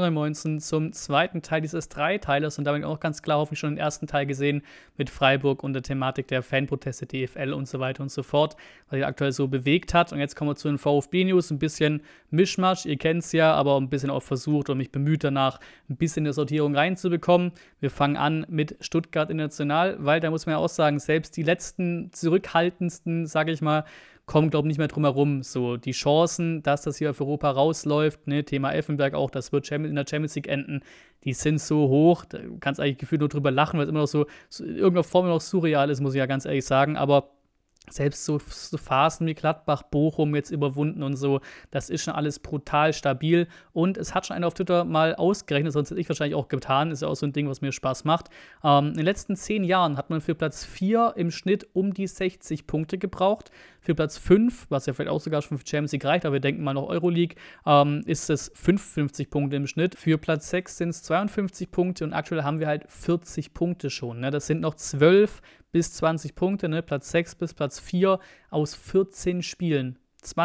Moin Moinsen zum zweiten Teil dieses Dreiteilers und damit auch ganz klar hoffentlich schon den ersten Teil gesehen mit Freiburg und der Thematik der Fanproteste, DFL und so weiter und so fort, was sich aktuell so bewegt hat. Und jetzt kommen wir zu den VfB-News, ein bisschen Mischmasch, ihr kennt es ja, aber ein bisschen auch versucht und mich bemüht danach, ein bisschen in der Sortierung reinzubekommen. Wir fangen an mit Stuttgart International, weil da muss man ja auch sagen, selbst die letzten zurückhaltendsten, sage ich mal, kommen, glaube ich, nicht mehr drum herum. So, die Chancen, dass das hier auf Europa rausläuft, ne, Thema Effenberg auch, das wird in der Champions League enden, die sind so hoch, da kannst eigentlich gefühlt nur drüber lachen, weil es immer noch so in irgendeiner Form noch surreal ist, muss ich ja ganz ehrlich sagen, aber selbst so Phasen wie Gladbach, Bochum jetzt überwunden und so, das ist schon alles brutal stabil. Und es hat schon einer auf Twitter mal ausgerechnet, sonst hätte ich wahrscheinlich auch getan, ist ja auch so ein Ding, was mir Spaß macht. In den letzten 10 Jahren hat man für Platz 4 im Schnitt um die 60 Punkte gebraucht. Für Platz 5, was ja vielleicht auch sogar schon für Champions League reicht, aber wir denken mal noch Euroleague, ist es 55 Punkte im Schnitt. Für Platz 6 sind es 52 Punkte und aktuell haben wir halt 40 Punkte schon. Ne? Das sind noch 12 bis 20 Punkte, ne? Platz 6 bis Platz 4 aus 14 Spielen.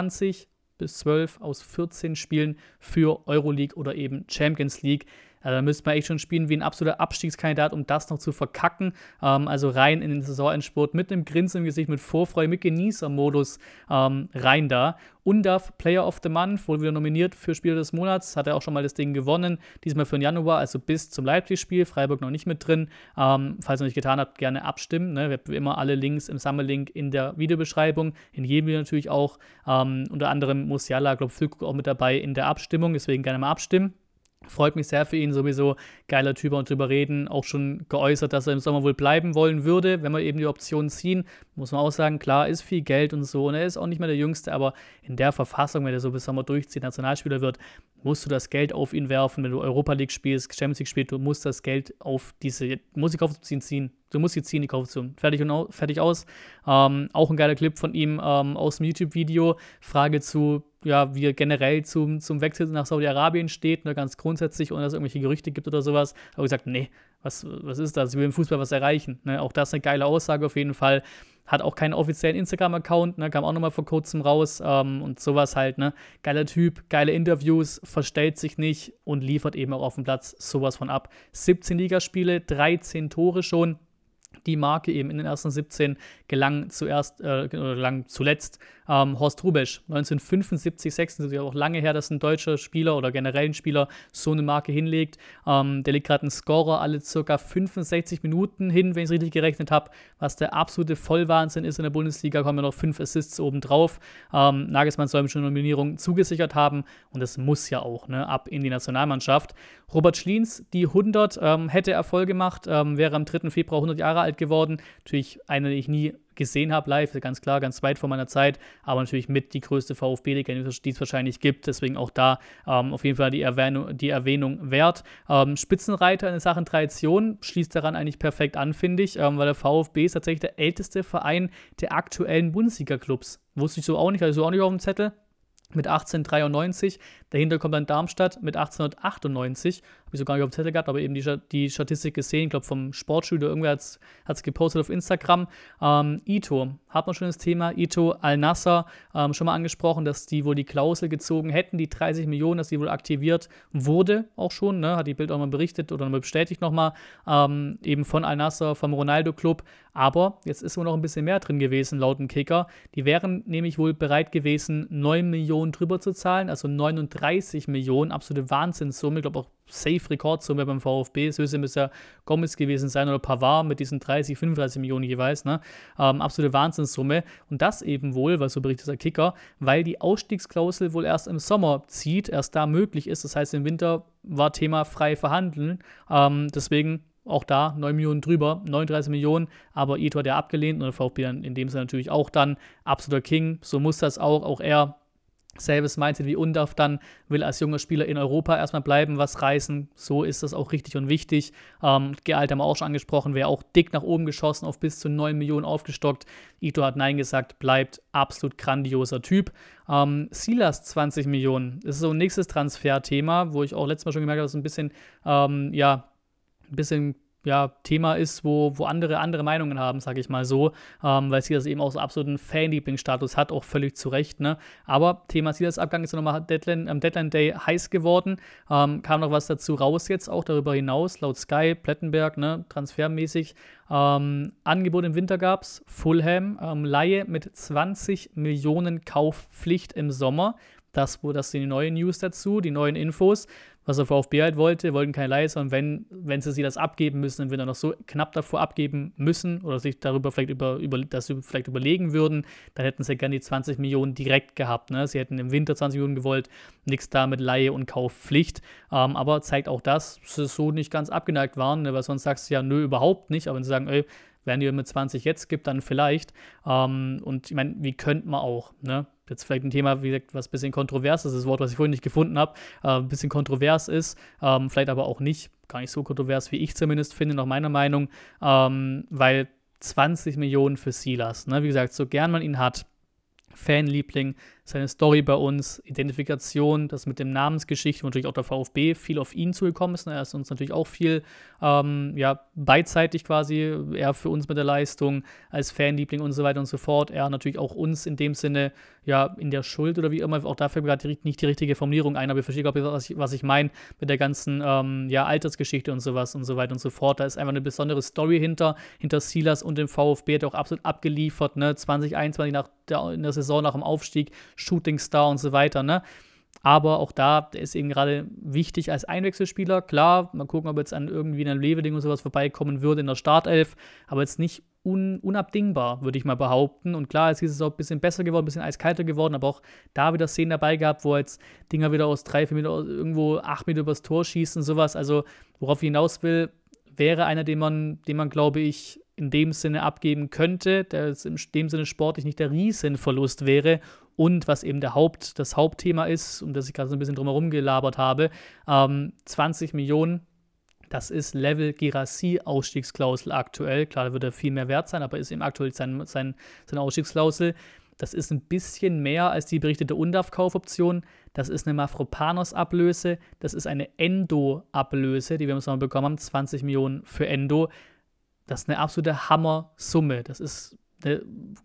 20 bis 12 aus 14 Spielen für Euroleague oder eben Champions League. Da müsste man echt schon spielen wie ein absoluter Abstiegskandidat, um das noch zu verkacken. Also rein in den Saisonendspurt mit einem Grinsen im Gesicht, mit Vorfreude, mit Genießermodus rein da. Undav, Player of the Month, wurde wieder nominiert für Spieler des Monats, hat er auch schon mal das Ding gewonnen. Diesmal für den Januar, also bis zum Leipzig-Spiel. Freiburg noch nicht mit drin. Falls ihr nicht getan habt, gerne abstimmen. Ne? Wir haben wie immer alle Links im Sammelink in der Videobeschreibung. In jedem Video natürlich auch. Unter anderem Musiala, glaube ich, Füllkrug auch mit dabei in der Abstimmung. Deswegen gerne mal abstimmen. Freut mich sehr für ihn, sowieso geiler Typ und drüber reden. Auch schon geäußert, dass er im Sommer wohl bleiben wollen würde, wenn wir eben die Optionen ziehen. Muss man auch sagen, klar, ist viel Geld und so. Und er ist auch nicht mehr der Jüngste, aber in der Verfassung, wenn er so bis Sommer durchzieht, Nationalspieler wird, musst du das Geld auf ihn werfen. Wenn du Europa League spielst, Champions League spielst, du musst das Geld auf diese, muss die Kaufoption ziehen. Du musst sie ziehen, die Kaufoption. Fertig aus. Auch ein geiler Clip von ihm aus dem YouTube-Video. Frage zu, ja, wie er generell zum Wechsel nach Saudi-Arabien steht, ne, ganz grundsätzlich, ohne dass es irgendwelche Gerüchte gibt oder sowas. Aber gesagt, nee, was ist das? Ich will im Fußball was erreichen. Ne? Auch das eine geile Aussage auf jeden Fall. Hat auch keinen offiziellen Instagram-Account, ne, kam auch nochmal vor kurzem raus und sowas halt, ne. Geiler Typ, geile Interviews, verstellt sich nicht und liefert eben auch auf dem Platz sowas von ab. 17 Ligaspiele, 13 Tore schon. Die Marke eben in den ersten 17 gelang zuletzt Horst Hrubesch. 1975, 76, auch lange her, dass ein deutscher Spieler oder generell ein Spieler so eine Marke hinlegt. Der legt gerade einen Scorer alle ca. 65 Minuten hin, wenn ich es richtig gerechnet habe, was der absolute Vollwahnsinn ist in der Bundesliga. Kommen ja noch 5 Assists obendrauf. Nagelsmann soll ihm schon eine Nominierung zugesichert haben und das muss ja auch, ne, ab in die Nationalmannschaft. Robert Schliens, die 100, hätte Erfolg gemacht, wäre am 3. Februar 100 Jahre alt geworden. Natürlich eine, die ich nie gesehen habe live, ganz klar, ganz weit vor meiner Zeit, aber natürlich mit die größte VfB-Liga, die es wahrscheinlich gibt, deswegen auch da auf jeden Fall die Erwähnung wert. Spitzenreiter in Sachen Tradition schließt daran eigentlich perfekt an, finde ich, weil der VfB ist tatsächlich der älteste Verein der aktuellen Bundesliga-Clubs. Wusste ich so auch nicht, also auch nicht auf dem Zettel. Mit 1893, dahinter kommt dann Darmstadt mit 1898, habe ich so gar nicht auf dem Zettel gehabt, aber eben die Statistik gesehen, ich glaube vom Sportstudio, irgendwer hat es gepostet auf Instagram. Ito, hat man schon das Thema, Ito Al-Nassr, schon mal angesprochen, dass die wohl die Klausel gezogen hätten, die 30 Millionen, dass die wohl aktiviert wurde, auch schon, ne? Hat die Bild auch mal berichtet oder mal bestätigt nochmal, eben von Al-Nassr, vom Ronaldo-Club, aber jetzt ist wohl noch ein bisschen mehr drin gewesen, laut dem Kicker. Die wären nämlich wohl bereit gewesen, 9 Millionen drüber zu zahlen, also 39 Millionen, absolute Wahnsinnssumme, ich glaube auch Safe-Rekordsumme beim VfB, das höchste müsste ja Gomez gewesen sein oder Pavard mit diesen 30, 35 Millionen jeweils, ne? Absolute Wahnsinnssumme und das eben wohl, weil so berichtet der Kicker, weil die Ausstiegsklausel wohl erst im Sommer zieht, erst da möglich ist, das heißt im Winter war Thema frei verhandeln, deswegen auch da 9 Millionen drüber, 39 Millionen, aber Ito hat ja abgelehnt und der VfB dann in dem Sinne natürlich auch dann absoluter King, so muss das auch er selbes Mindset wie Undav dann, will als junger Spieler in Europa erstmal bleiben, was reißen, so ist das auch richtig und wichtig. Gehalt haben wir auch schon angesprochen, wäre auch dick nach oben geschossen, auf bis zu 9 Millionen aufgestockt. Ito hat Nein gesagt, bleibt absolut grandioser Typ. Silas 20 Millionen, das ist so ein nächstes Transferthema, wo ich auch letztes Mal schon gemerkt habe, dass es ein bisschen Thema ist, wo andere Meinungen haben, sage ich mal so, weil Silas eben auch so absoluten Fanlieblingsstatus hat, auch völlig zu Recht, ne? Aber Thema Silas-Abgang ist nochmal am Deadline Day heiß geworden. Kam noch was dazu raus jetzt, auch darüber hinaus, laut Sky, Plettenberg, ne, transfermäßig. Angebot im Winter gab es, Fulham, Leihe mit 20 Millionen Kaufpflicht im Sommer. Das sind die neuen News dazu, die neuen Infos. Was der VfB halt wollten keine Leihe, sondern wenn sie das abgeben müssen, dann wird er noch so knapp davor abgeben müssen oder sich darüber vielleicht vielleicht überlegen würden, dann hätten sie gerne die 20 Millionen direkt gehabt. Ne? Sie hätten im Winter 20 Millionen gewollt, nichts da mit Leihe und Kaufpflicht. Aber zeigt auch das, dass sie so nicht ganz abgeneigt waren, ne? Weil sonst sagst du ja, nö, überhaupt nicht. Aber wenn sie sagen, ey, wenn ihr mit 20 jetzt gibt, dann vielleicht. Und ich meine, wie könnte man auch, ne? Jetzt vielleicht ein Thema, wie gesagt, was ein bisschen kontrovers ist, das Wort, was ich vorhin nicht gefunden habe, ein bisschen kontrovers ist, vielleicht aber auch nicht, gar nicht so kontrovers, wie ich zumindest finde, nach meiner Meinung, weil 20 Millionen für Silas, ne? Wie gesagt, so gern man ihn hat, Fanliebling, seine Story bei uns, Identifikation, das mit dem Namensgeschichte, wo natürlich auch der VfB viel auf ihn zugekommen ist. Er ist uns natürlich auch viel beidseitig quasi, er für uns mit der Leistung als Fanliebling und so weiter und so fort. Er natürlich auch uns in dem Sinne in der Schuld oder wie immer, auch dafür gerade nicht die richtige Formulierung ein, aber ich verstehe, glaube ich, was ich meine mit der ganzen Altersgeschichte und sowas und so weiter und so fort. Da ist einfach eine besondere Story hinter Silas und dem VfB, hat auch absolut abgeliefert, ne? 2021 in der Saison nach dem Aufstieg, Shootingstar und so weiter, ne? Aber auch der ist eben gerade wichtig als Einwechselspieler. Klar, mal gucken, ob jetzt an irgendwie einer Leveding und sowas vorbeikommen würde in der Startelf, aber jetzt nicht unabdingbar, würde ich mal behaupten. Und klar, jetzt ist es auch ein bisschen besser geworden, ein bisschen eiskalter geworden, aber auch da wieder Szenen dabei gehabt, wo jetzt Dinger wieder aus 3-4 Meter, irgendwo 8 Meter übers Tor schießt und sowas. Also, worauf ich hinaus will, wäre einer, den man, glaube ich, in dem Sinne abgeben könnte, der jetzt in dem Sinne sportlich nicht der Riesenverlust wäre. Und was eben das Hauptthema ist, um das ich gerade so ein bisschen drumherum gelabert habe, 20 Millionen, das ist Level Guirassy-Ausstiegsklausel aktuell. Klar, da wird er viel mehr wert sein, aber ist eben aktuell seine Ausstiegsklausel. Das ist ein bisschen mehr als die berichtete UNDAF-Kaufoption. Das ist eine Mafropanos-Ablöse. Das ist eine Endo-Ablöse, die wir uns noch mal bekommen haben. 20 Millionen für Endo. Das ist eine absolute Hammer-Summe. Das ist eine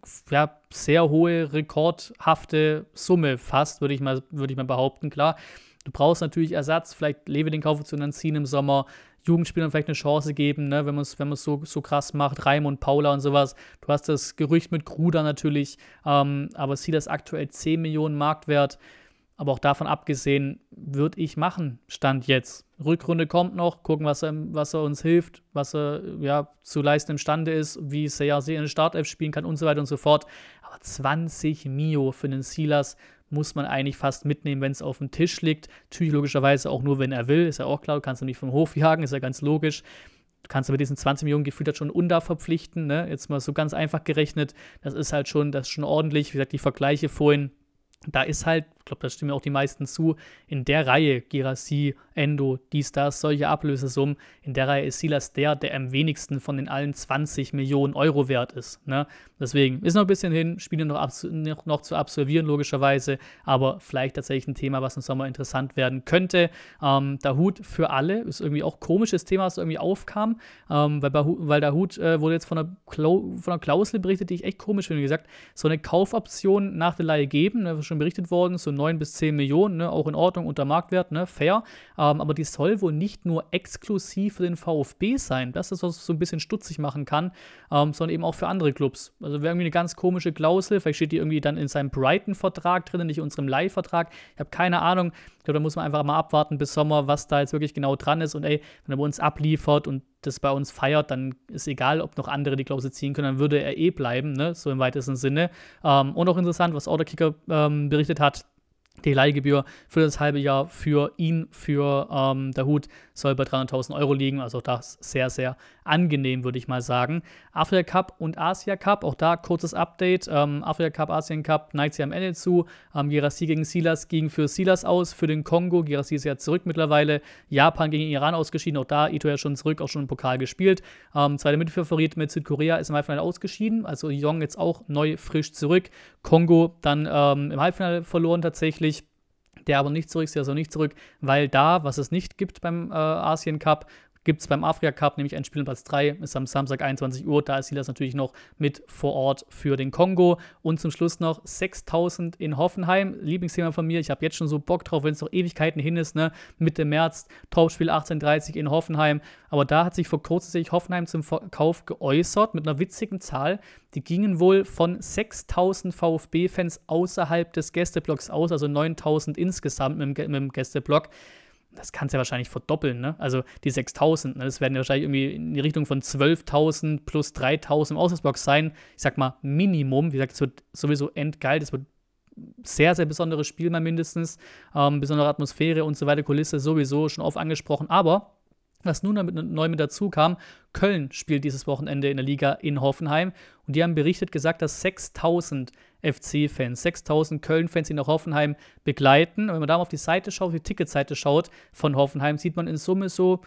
sehr hohe, rekordhafte Summe fast, würde ich mal behaupten. Klar, du brauchst natürlich Ersatz. Vielleicht Leveding-Kaufoption dann ziehen im Sommer. Jugendspielern vielleicht eine Chance geben, ne, wenn man es so krass macht, Raimund, Paula und sowas. Du hast das Gerücht mit Gruda natürlich, aber Silas aktuell 10 Millionen Marktwert. Aber auch davon abgesehen, würde ich machen, Stand jetzt. Rückrunde kommt noch, gucken, was er uns hilft, was er zu leisten imstande ist, wie sehr er in der Startelf spielen kann und so weiter und so fort. Aber 20 Mio für den Silas muss man eigentlich fast mitnehmen, wenn es auf dem Tisch liegt. Natürlich logischerweise auch nur, wenn er will, ist ja auch klar, du kannst ihn nicht vom Hof jagen, ist ja ganz logisch. Du kannst aber diesen 20 Millionen gefühlt schon UNDAF verpflichten, ne? Jetzt mal so ganz einfach gerechnet, das ist schon ordentlich. Wie gesagt, die Vergleiche vorhin, da ist halt, ich glaube, da stimmen auch die meisten zu, in der Reihe, Guirassy, Endo, solche Ablösesummen, in der Reihe ist Silas der am wenigsten von den allen 20 Millionen Euro wert ist. Ne? Deswegen ist noch ein bisschen hin, Spiele noch zu absolvieren, logischerweise, aber vielleicht tatsächlich ein Thema, was im Sommer interessant werden könnte. Dahut für alle ist irgendwie auch ein komisches Thema, was irgendwie aufkam, weil Dahut wurde jetzt von einer Klausel berichtet, die ich echt komisch finde. Wie gesagt, so eine Kaufoption nach der Leihe geben, ne, schon berichtet worden, so 9 bis 10 Millionen, ne, auch in Ordnung, unter Marktwert, ne, fair. Aber die soll wohl nicht nur exklusiv für den VfB sein, das ist, was so ein bisschen stutzig machen kann, sondern eben auch für andere Clubs. Also wäre irgendwie eine ganz komische Klausel, vielleicht steht die irgendwie dann in seinem Brighton-Vertrag drin, nicht in unserem Leihvertrag. Ich habe keine Ahnung. Ich glaube, da muss man einfach mal abwarten bis Sommer, was da jetzt wirklich genau dran ist. Und wenn er bei uns abliefert und das bei uns feiert, dann ist egal, ob noch andere die Klausel ziehen können, dann würde er bleiben, ne? So im weitesten Sinne. Und auch interessant, was Orderkicker berichtet hat, die Leihgebühr für das halbe Jahr für ihn, für Dahut, soll bei 300.000 Euro liegen. Also das sehr, sehr angenehm, würde ich mal sagen. Afrika Cup und Asia Cup, auch da kurzes Update. Afrika Cup, Asien Cup neigt sich am Ende zu. Guirassy gegen Silas ging für Silas aus, für den Kongo. Guirassy ist ja zurück mittlerweile. Japan gegen Iran ausgeschieden, auch da Ito ja schon zurück, auch schon im Pokal gespielt. Zweiter Mitfavorit mit Südkorea ist im Halbfinale ausgeschieden. Also Yong jetzt auch neu frisch zurück. Kongo dann im Halbfinale verloren tatsächlich. Der aber nicht zurück, weil da, was es nicht gibt beim Asien Cup, gibt es beim Afrika Cup nämlich ein Spiel um Platz 3, ist am Samstag 21 Uhr, da ist Silas natürlich noch mit vor Ort für den Kongo. Und zum Schluss noch 6.000 in Hoffenheim, Lieblingsthema von mir, ich habe jetzt schon so Bock drauf, wenn es noch Ewigkeiten hin ist, ne? Mitte März, Topspiel 18:30 in Hoffenheim, aber da hat sich vor kurzem Hoffenheim zum Verkauf geäußert mit einer witzigen Zahl, die gingen wohl von 6.000 VfB-Fans außerhalb des Gästeblocks aus, also 9.000 insgesamt mit dem Gästeblock. Das kannst du ja wahrscheinlich verdoppeln, ne? Also die 6.000, ne? Das werden ja wahrscheinlich irgendwie in die Richtung von 12.000 plus 3.000 im Auswärtsblock sein. Ich sag mal Minimum. Wie gesagt, es wird sowieso endgeil. Das wird sehr, sehr besonderes Spiel mal mindestens. Besondere Atmosphäre und so weiter, Kulisse sowieso schon oft angesprochen. Aber was nun neu mit dazu kam, Köln spielt dieses Wochenende in der Liga in Hoffenheim und die haben gesagt, dass 6.000 FC-Fans, 6.000 Köln-Fans, die nach Hoffenheim begleiten. Und wenn man da mal auf die Seite schaut, auf die Ticketseite schaut von Hoffenheim, sieht man in Summe so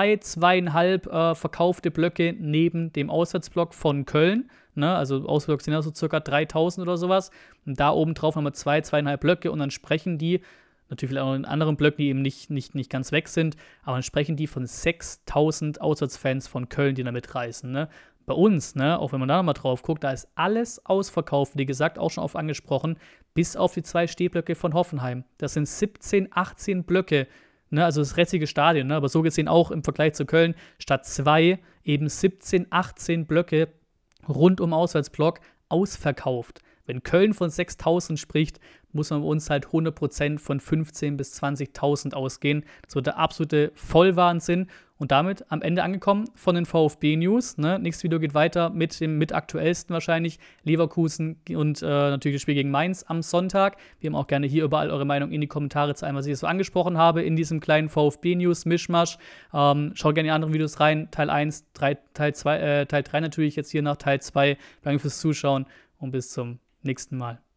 2,5 verkaufte Blöcke neben dem Auswärtsblock von Köln. Ne? Also Auswärtsblock sind ja so circa 3.000 oder sowas. Und da oben drauf haben wir 2,5 Blöcke und dann sprechen die, natürlich auch in anderen Blöcken, die eben nicht ganz weg sind, aber dann sprechen die von 6.000 Auswärtsfans von Köln, die da mitreisen. Ne? Bei uns, ne, auch wenn man da nochmal drauf guckt, da ist alles ausverkauft, wie gesagt, auch schon oft angesprochen, bis auf die 2 Stehblöcke von Hoffenheim. Das sind 17, 18 Blöcke, ne, also das restliche Stadion, ne, aber so gesehen auch im Vergleich zu Köln, statt 2 eben 17, 18 Blöcke rund um Auswärtsblock ausverkauft. Wenn Köln von 6.000 spricht, muss man bei uns halt 100% von 15.000 bis 20.000 ausgehen. Das wird der absolute Vollwahnsinn. Und damit am Ende angekommen von den VfB-News. Ne? Nächstes Video geht weiter mit dem aktuellsten wahrscheinlich, Leverkusen und natürlich das Spiel gegen Mainz am Sonntag. Wir haben auch gerne hier überall eure Meinung in die Kommentare zu allem, was ich so angesprochen habe in diesem kleinen VfB-News-Mischmasch. Schaut gerne die anderen Videos rein, Teil 1, Teil 2, Teil 3 natürlich jetzt hier nach Teil 2. Danke fürs Zuschauen und bis zum nächsten Mal.